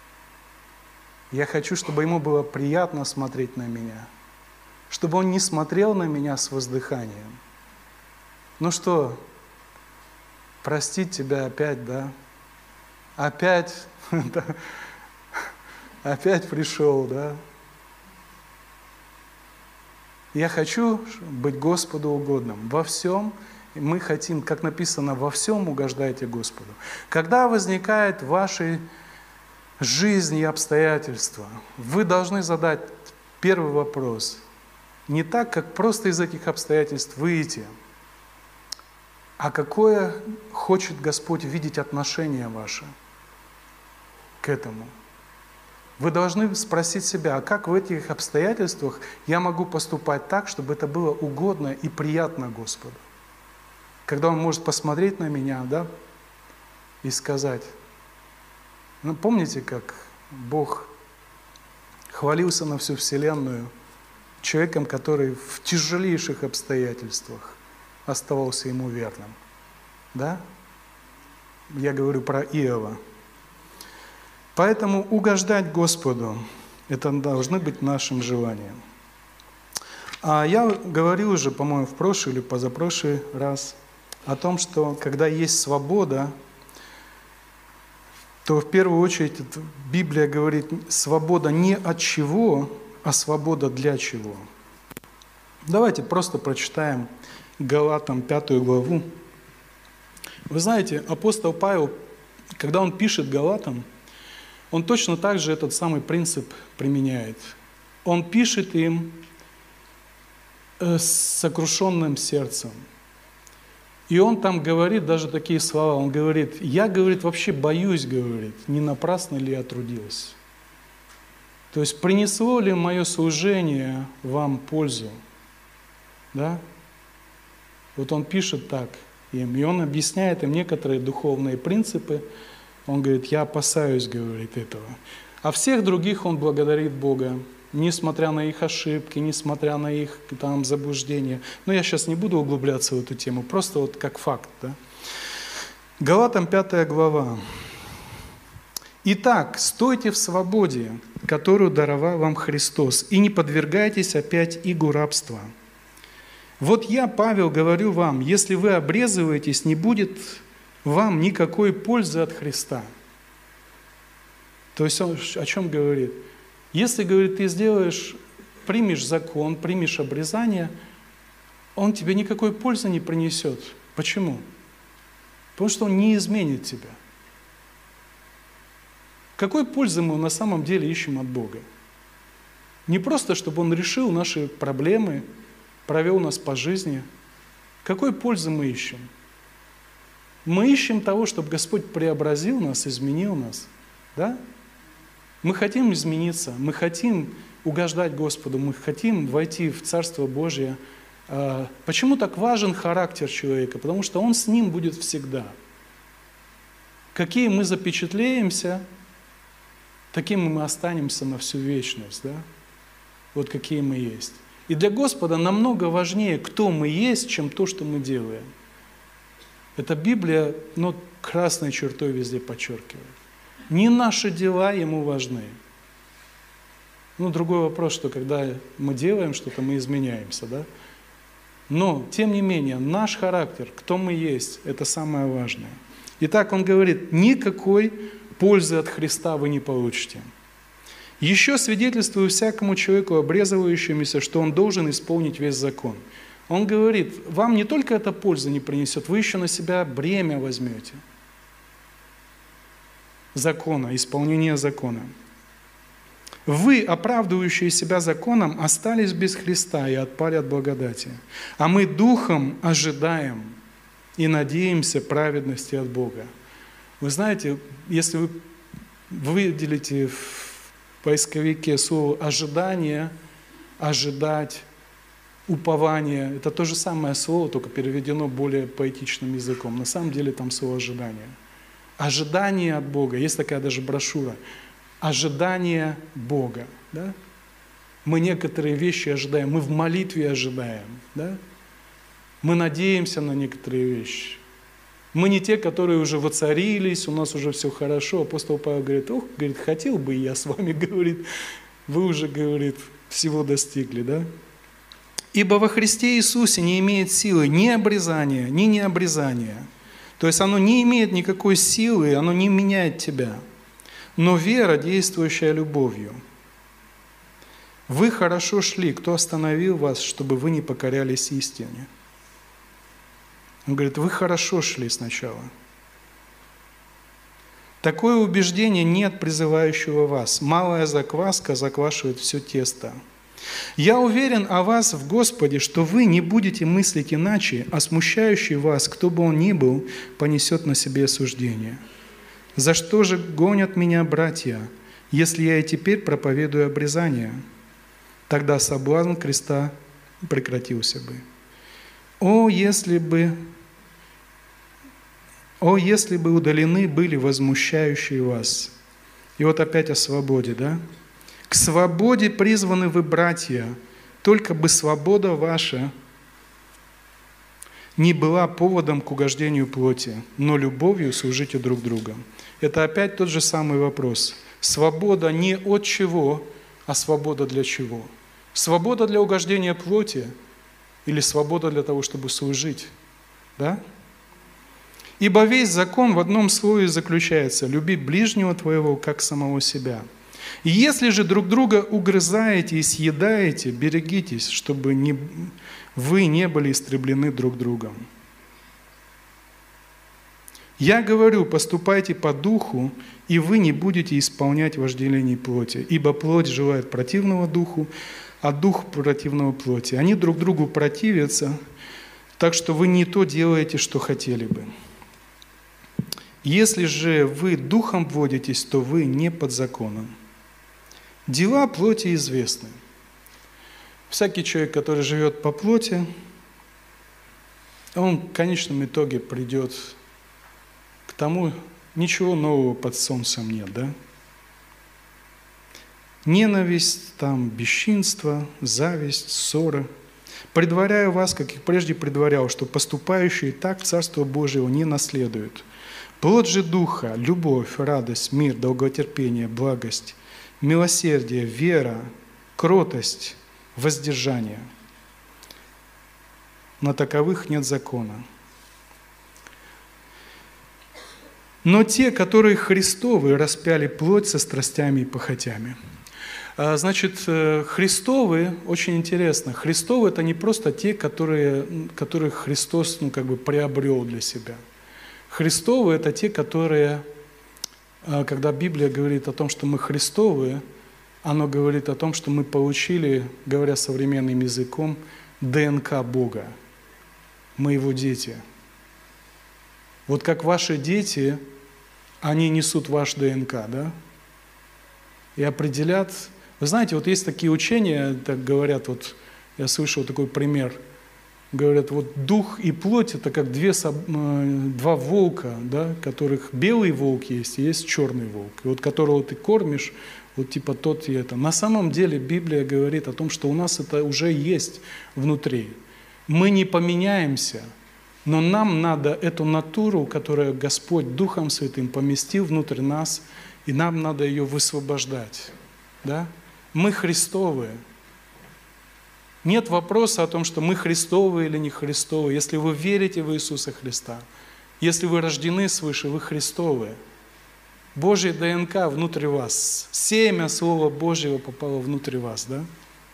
Я хочу, чтобы Ему было приятно смотреть на меня. Чтобы Он не смотрел на меня с воздыханием. Ну что, простить тебя опять, да? Опять, да? Опять пришел, да? Я хочу быть Господу угодным во всем. Мы хотим, как написано, во всем угождайте Господу. Когда возникает в вашей жизни и обстоятельства, вы должны задать первый вопрос. Не так, как просто из этих обстоятельств выйти, а какое хочет Господь видеть отношение ваше к этому. Вы должны спросить себя, а как в этих обстоятельствах я могу поступать так, чтобы это было угодно и приятно Господу? Когда Он может посмотреть на меня, да, и сказать, ну помните, как Бог хвалился на всю вселенную человеком, который в тяжелейших обстоятельствах оставался Ему верным, да? Я говорю про Иова. Поэтому угождать Господу – это должно быть нашим желанием. А я говорил уже, по-моему, в прошлый или позапрошлый раз о том, что когда есть свобода, то в первую очередь Библия говорит свобода не от чего, а свобода для чего. Давайте просто прочитаем Галатам пятую главу. Вы знаете, апостол Павел, когда он пишет Галатам, он точно так же этот самый принцип применяет. Он пишет им с сокрушенным сердцем. И он там говорит даже такие слова. Он говорит, я, говорит, вообще боюсь, говорит, не напрасно ли я трудился. То есть принесло ли мое служение вам пользу? Да? Вот он пишет так им, и он объясняет им некоторые духовные принципы. Он говорит, я опасаюсь, говорит, этого. А всех других он благодарит Бога, несмотря на их ошибки, несмотря на их там заблуждения. Но я сейчас не буду углубляться в эту тему, просто вот как факт. Да? Галатам пятая глава. «Итак, стойте в свободе, которую даровал вам Христос, и не подвергайтесь опять игу рабства. Вот я, Павел, говорю вам, если вы обрезываетесь, не будет вам никакой пользы от Христа». То есть он о чем говорит? Если, говорит, ты сделаешь, примешь закон, примешь обрезание, он тебе никакой пользы не принесет. Почему? Потому что он не изменит тебя. Какой пользы мы на самом деле ищем от Бога? Не просто, чтобы Он решил наши проблемы, провел нас по жизни. Какой пользы мы ищем? Мы ищем того, чтобы Господь преобразил нас, изменил нас. Да? Мы хотим измениться, мы хотим угождать Господу, мы хотим войти в Царство Божие. Почему так важен характер человека? Потому что он с ним будет всегда. Какие мы запечатлеемся, таким мы останемся на всю вечность. Да? Вот какие мы есть. И для Господа намного важнее, кто мы есть, чем то, что мы делаем. Это Библия, ну, красной чертой везде подчеркивает. Не наши дела Ему важны. Ну, другой вопрос, что когда мы делаем что-то, мы изменяемся, да? Но, тем не менее, наш характер, кто мы есть, это самое важное. Итак, он говорит, никакой пользы от Христа вы не получите. Еще свидетельствую всякому человеку, обрезывающемуся, что он должен исполнить весь закон. Он говорит, вам не только это пользы не принесет, вы еще на себя бремя возьмете. Закона, исполнение закона. Вы, оправдывающие себя законом, остались без Христа и отпали от благодати. А мы духом ожидаем и надеемся праведности от Бога. Вы знаете, если вы выделите в поисковике слово «ожидание», «ожидать», «упование» — это то же самое слово, только переведено более поэтичным языком. На самом деле там слово «ожидание». Ожидание от Бога. Есть такая даже брошюра. Ожидание Бога. Да? Мы некоторые вещи ожидаем, мы в молитве ожидаем. Да? Мы надеемся на некоторые вещи. Мы не те, которые уже воцарились, у нас уже все хорошо. Апостол Павел говорит, ох, говорит, хотел бы и я с вами, говорит, вы уже, говорит, всего достигли, да? Ибо во Христе Иисусе не имеет силы ни обрезания, ни необрезания. То есть оно не имеет никакой силы, оно не меняет тебя. Но вера, действующая любовью. Вы хорошо шли, кто остановил вас, чтобы вы не покорялись истине? Он говорит, вы хорошо шли сначала. Такое убеждение нет призывающего вас. Малая закваска заквашивает все тесто. Я уверен о вас в Господе, что вы не будете мыслить иначе, а смущающий вас, кто бы он ни был, понесет на себе осуждение. За что же гонят меня братья, если я и теперь проповедую обрезание? Тогда соблазн креста прекратился бы. О, если бы, о, если бы удалены были возмущающие вас. И вот опять о свободе, да? К свободе призваны вы, братья, только бы свобода ваша не была поводом к угождению плоти, но любовью служите друг другу. Это опять тот же самый вопрос. Свобода не от чего, а свобода для чего? Свобода для угождения плоти или свобода для того, чтобы служить? Да? Ибо весь закон в одном слове заключается: люби ближнего твоего, как самого себя. И если же друг друга угрызаете и съедаете, берегитесь, чтобы не, вы не были истреблены друг другом. Я говорю, поступайте по духу, и вы не будете исполнять вожделений плоти, ибо плоть желает противного духу, а дух противного плоти. Они друг другу противятся, так что вы не то делаете, что хотели бы. Если же вы духом водитесь, то вы не под законом. Дела плоти известны. Всякий человек, который живет по плоти, он в конечном итоге придет к тому, ничего нового под солнцем нет, да? Ненависть, там, бесчинство, зависть, ссоры. Предваряю вас, как и прежде предварял, что поступающие так Царство Божие не наследуют. Плоть же Духа, любовь, радость, мир, долготерпение, благость, милосердие, вера, кротость, воздержание. На таковых нет закона. Но те, которые Христовы, распяли плоть со страстями и похотями. Значит, Христовы, очень интересно, Христовы — это не просто те, которые, которых Христос ну, как бы приобрел для себя. Христовы — это те, которые, когда Библия говорит о том, что мы Христовы, оно говорит о том, что мы получили, говоря современным языком, ДНК Бога. Мы Его дети. Вот как ваши дети, они несут ваш ДНК, да? И определят. Вы знаете, вот есть такие учения, так говорят, вот я слышал такой пример. Говорят, вот дух и плоть — это как две, два волка, да, которых белый волк есть и есть черный волк. И вот которого ты кормишь, вот типа тот и это. На самом деле Библия говорит о том, что у нас это уже есть внутри. Мы не поменяемся, но нам надо эту натуру, которую Господь Духом Святым поместил внутрь нас, и нам надо ее высвобождать. Да? Мы Христовые. Нет вопроса о том, что мы Христовы или не Христовы. Если вы верите в Иисуса Христа, если вы рождены свыше, вы Христовы. Божье ДНК внутрь вас. Семя Слова Божьего попало внутрь вас, да?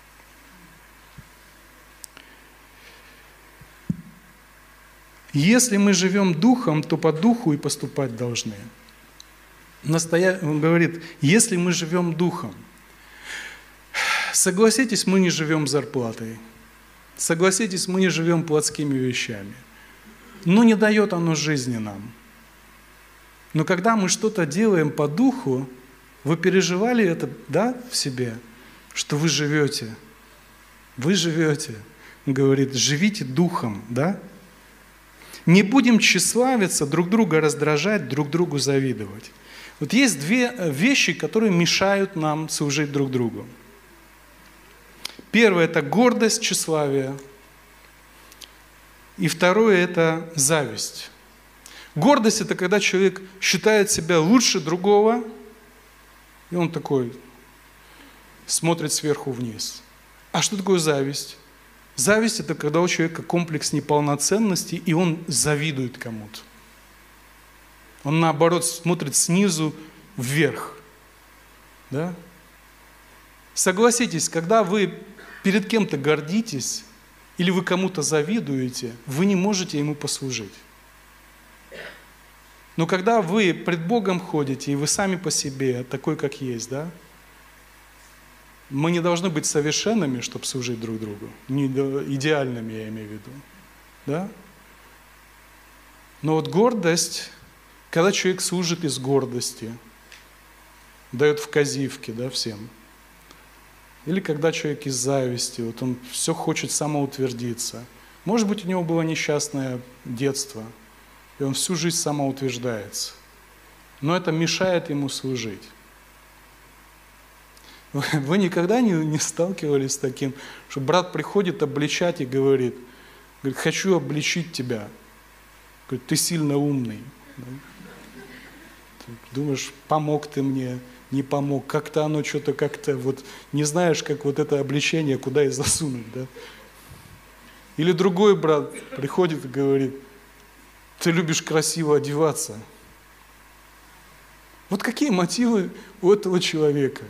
Если мы живем духом, то по духу и поступать должны. Настоя... Он говорит, если мы живем духом. Согласитесь, мы не живем зарплатой. Согласитесь, мы не живем плотскими вещами. Ну, не дает оно жизни нам. Но когда мы что-то делаем по духу, вы переживали это, да, в себе, что вы живете. Вы живете. Он говорит, живите духом, да? Не будем тщеславиться, друг друга раздражать, друг другу завидовать. Вот есть две вещи, которые мешают нам служить друг другу. Первое – это гордость, тщеславие. И второе – это зависть. Гордость – это когда человек считает себя лучше другого, и он такой смотрит сверху вниз. А что такое зависть? Зависть – это когда у человека комплекс неполноценности, и он завидует кому-то. Он, наоборот, смотрит снизу вверх. Да? Согласитесь, когда вы перед кем-то гордитесь, или вы кому-то завидуете, вы не можете ему послужить. Но когда вы пред Богом ходите, и вы сами по себе, такой, как есть, да, мы не должны быть совершенными, чтобы служить друг другу. Не идеальными, я имею в виду. Да? Но вот гордость, когда человек служит из гордости, дает вказивки, да, всем. Или когда человек из зависти, вот он все хочет самоутвердиться. Может быть, у него было несчастное детство, и он всю жизнь самоутверждается. Но это мешает ему служить. Вы никогда не, не сталкивались с таким, что брат приходит обличать и говорит, говорит, хочу обличить тебя. Говорит, ты сильно умный. Ты думаешь, помог ты мне, не помог. Как-то оно что-то как-то, вот не знаешь, как вот это обличение, куда и засунуть. Да? Или другой брат приходит и говорит, ты любишь красиво одеваться. Вот какие мотивы у этого человека?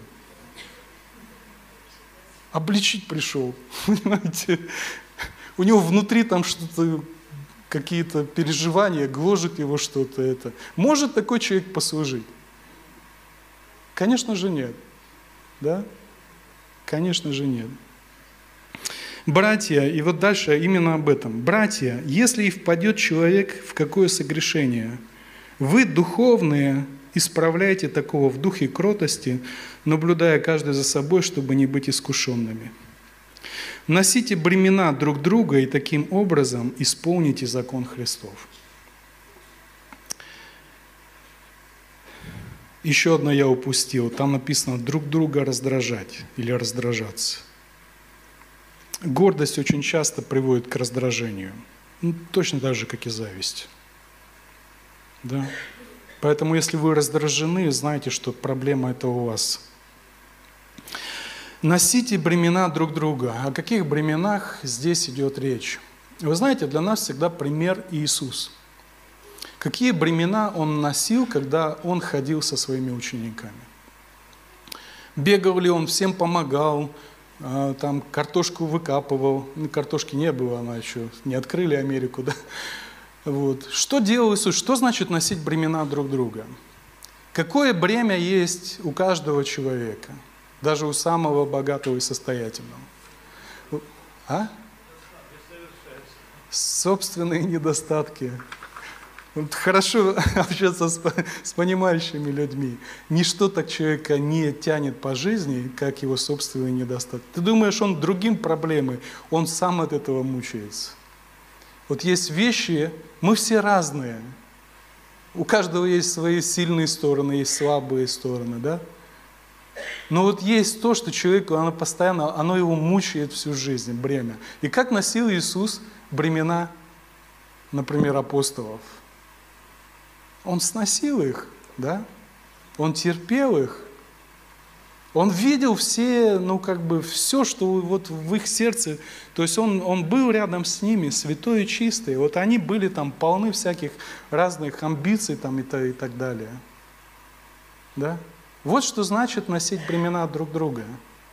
Обличить пришел, понимаете? У него внутри там что-то, какие-то переживания, гложет его что-то это. Может такой человек послужить? Конечно же нет. Да? Конечно же нет. Братья, и вот дальше именно об этом. Братья, если и впадет человек в какое согрешение, вы, духовные, исправляйте такого в духе кротости, наблюдая каждый за собой, чтобы не быть искушенными. Носите бремена друг друга и таким образом исполните закон Христов. Еще одно я упустил. Там написано друг друга раздражать или раздражаться. Гордость очень часто приводит к раздражению. Ну, точно так же, как и зависть. Да? Поэтому, если вы раздражены, знайте, что проблема это у вас. Носите бремена друг друга. О каких бременах здесь идет речь? Вы знаете, для нас всегда пример Иисус. Какие бремена Он носил, когда Он ходил со своими учениками? Бегал ли Он, всем помогал, там картошку выкапывал. Ну, картошки не было, она еще не открыли Америку, да? Вот. Что делал Иисус? Что значит носить бремена друг друга? Какое бремя есть у каждого человека? Даже у самого богатого и состоятельного. А? Собственные недостатки. Вот хорошо общаться с, с понимающими людьми. Ничто так человека не тянет по жизни, как его собственные недостатки. Ты думаешь, он другим проблемы, он сам от этого мучается. Вот есть вещи, мы все разные. У каждого есть свои сильные стороны, есть слабые стороны, да? Но вот есть то, что человеку, оно постоянно, оно его мучает всю жизнь, бремя. И как носил Иисус бремена, например, апостолов? Он сносил их, да? Он терпел их. Он видел все, ну как бы все, что вот в их сердце, то есть он, он был рядом с ними, святой и чистый. Вот они были там полны всяких разных амбиций там и, и так далее. Да? Вот что значит носить бремена друг друга.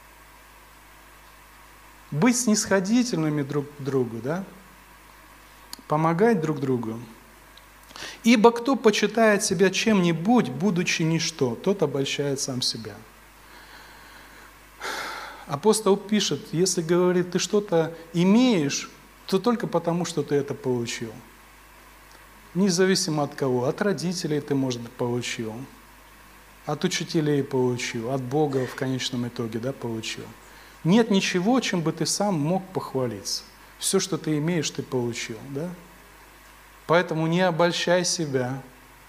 Быть снисходительными друг к другу, да? Помогать друг другу. Ибо кто почитает себя чем-нибудь, будучи ничто, тот обольщает сам себя. Апостол пишет, если говорит, ты что-то имеешь, то только потому, что ты это получил. Независимо от кого. От родителей ты, может быть, получил. От учителей получил. От Бога в конечном итоге, да, получил. Нет ничего, чем бы ты сам мог похвалиться. Все, что ты имеешь, ты получил, да? Поэтому не обольщай себя.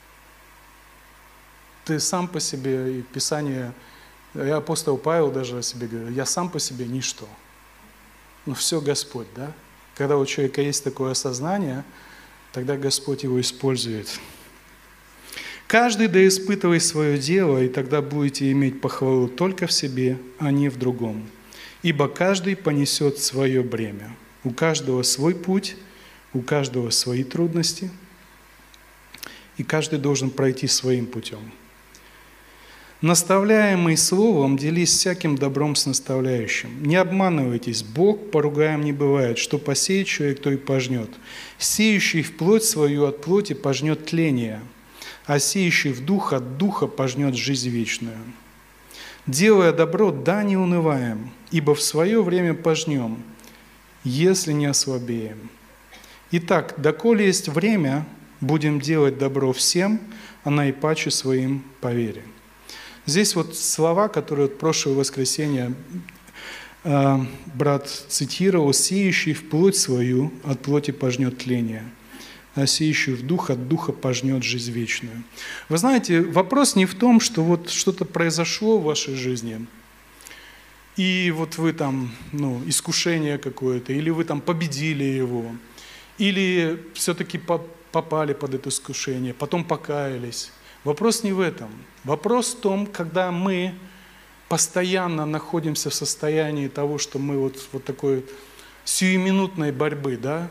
Ты сам по себе, и Писание, и апостол Павел даже о себе говорит, я сам по себе ничто. Но все Господь, да? Когда у человека есть такое осознание, тогда Господь его использует. Каждый да испытывай свое дело, и тогда будете иметь похвалу только в себе, а не в другом. Ибо каждый понесет свое бремя. У каждого свой путь, у каждого свои трудности, и каждый должен пройти своим путем. Наставляемый словом, делись всяким добром с наставляющим. Не обманывайтесь, Бог поругаем не бывает, что посеет человек, то и пожнет. Сеющий в плоть свою от плоти пожнет тление, а сеющий в дух от духа пожнет жизнь вечную. Делая добро, да не унываем, ибо в свое время пожнем, если не ослабеем. Итак, доколе есть время, будем делать добро всем, а наипаче своим по вере. Здесь вот слова, которые в прошлое воскресенье э, брат цитировал, «Сеющий в плоть свою от плоти пожнет тление, а сеющий в дух от духа пожнет жизнь вечную». Вы знаете, вопрос не в том, что вот что-то произошло в вашей жизни, и вот вы там, ну, искушение какое-то, или вы там победили его, или все-таки попали под это искушение, потом покаялись. Вопрос не в этом. Вопрос в том, когда мы постоянно находимся в состоянии того, что мы вот, вот такой сиюминутной борьбы, да?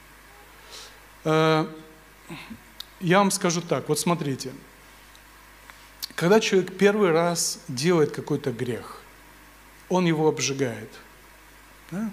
Я вам скажу так, вот смотрите. Когда человек первый раз делает какой-то грех, он его обжигает. Да?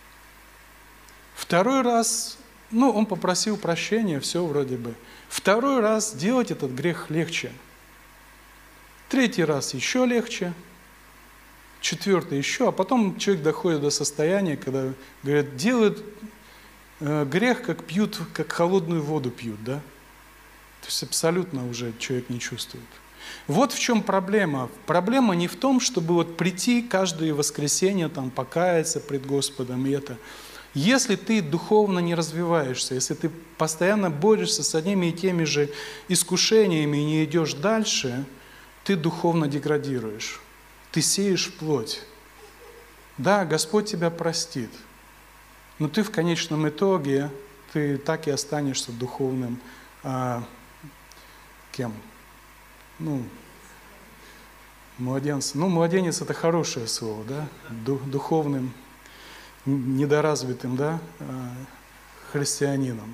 Второй раз, ну, он попросил прощения, все вроде бы. Второй раз делать этот грех легче. Третий раз еще легче. Четвертый еще. А потом человек доходит до состояния, когда, говорят, делают э, грех, как пьют, как холодную воду пьют, да? То есть абсолютно уже человек не чувствует. Вот в чем проблема. Проблема не в том, чтобы вот прийти каждое воскресенье, там, покаяться пред Господом и это. Если ты духовно не развиваешься, если ты постоянно борешься с одними и теми же искушениями и не идешь дальше, ты духовно деградируешь. Ты сеешь в плоть. Да, Господь тебя простит, но ты в конечном итоге, ты так и останешься духовным а, кем? Ну, младенцем. Ну, младенец – это хорошее слово, да? Духовным, недоразвитым, да, христианином.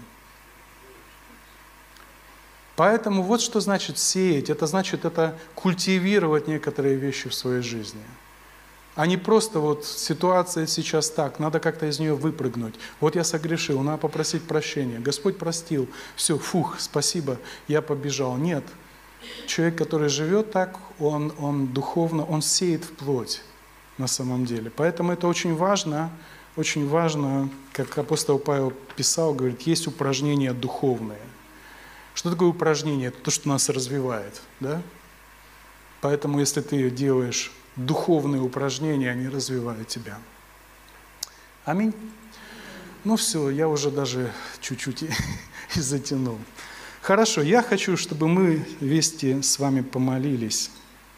Поэтому вот что значит сеять. Это значит это культивировать некоторые вещи в своей жизни. А не просто вот ситуация сейчас так, надо как-то из нее выпрыгнуть. Вот я согрешил, надо попросить прощения. Господь простил, все, фух, спасибо, я побежал. Нет. Человек, который живет так, он, он духовно, он сеет в плоть на самом деле. Поэтому это очень важно, очень важно, как апостол Павел писал, говорит, есть упражнения духовные. Что такое упражнение? Это то, что нас развивает, да? Поэтому, если ты делаешь духовные упражнения, они развивают тебя. Аминь. Ну все, я уже даже чуть-чуть и затянул. Хорошо, я хочу, чтобы мы вместе с вами помолились.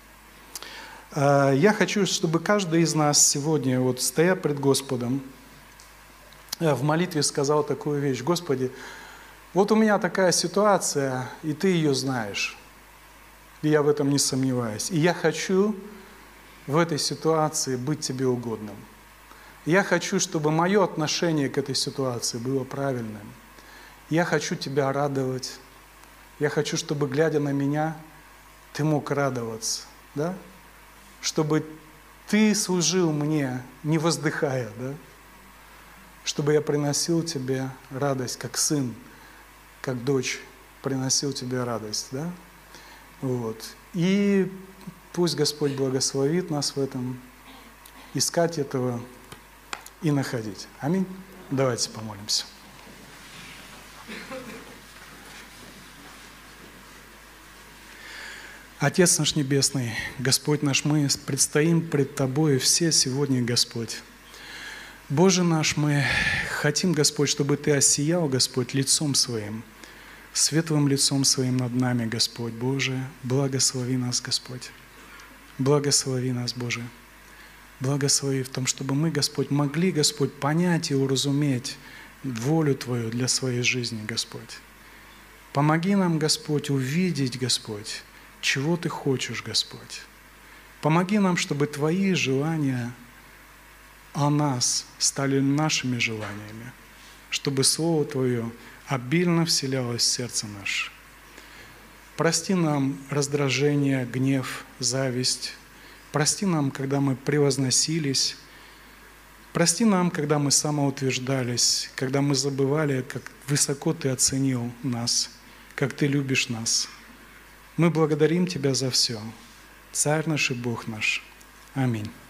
Я хочу, чтобы каждый из нас сегодня, вот стоя пред Господом, в молитве сказал такую вещь: Господи, вот у меня такая ситуация, и Ты ее знаешь. И я в этом не сомневаюсь. И я хочу в этой ситуации быть Тебе угодным. Я хочу, чтобы мое отношение к этой ситуации было правильным. Я хочу Тебя радовать. Я хочу, чтобы, глядя на меня, Ты мог радоваться, да? Чтобы Ты служил мне, не воздыхая, да? Чтобы я приносил Тебе радость, как сын, как дочь приносил Тебе радость, да? Вот. И пусть Господь благословит нас в этом, искать этого и находить. Аминь. Давайте помолимся. Отец наш Небесный, Господь наш, мы предстоим пред Тобой все сегодня, Господь. Боже наш, мы хотим, Господь, чтобы Ты осиял, Господь, лицом Своим, светлым лицом Своим над нами, Господь. Боже, благослови нас, Господь. Благослови нас, Боже. Благослови в том, чтобы мы, Господь, могли, Господь, понять и уразуметь волю Твою для своей жизни, Господь. Помоги нам, Господь, увидеть, Господь, чего Ты хочешь, Господь. Помоги нам, чтобы Твои желания о нас стали нашими желаниями, чтобы Слово Твое обильно вселялось в сердце наше. Прости нам раздражение, гнев, зависть. Прости нам, когда мы превозносились. Прости нам, когда мы самоутверждались, когда мы забывали, как высоко Ты оценил нас, как Ты любишь нас. Мы благодарим Тебя за все. Царь наш и Бог наш. Аминь.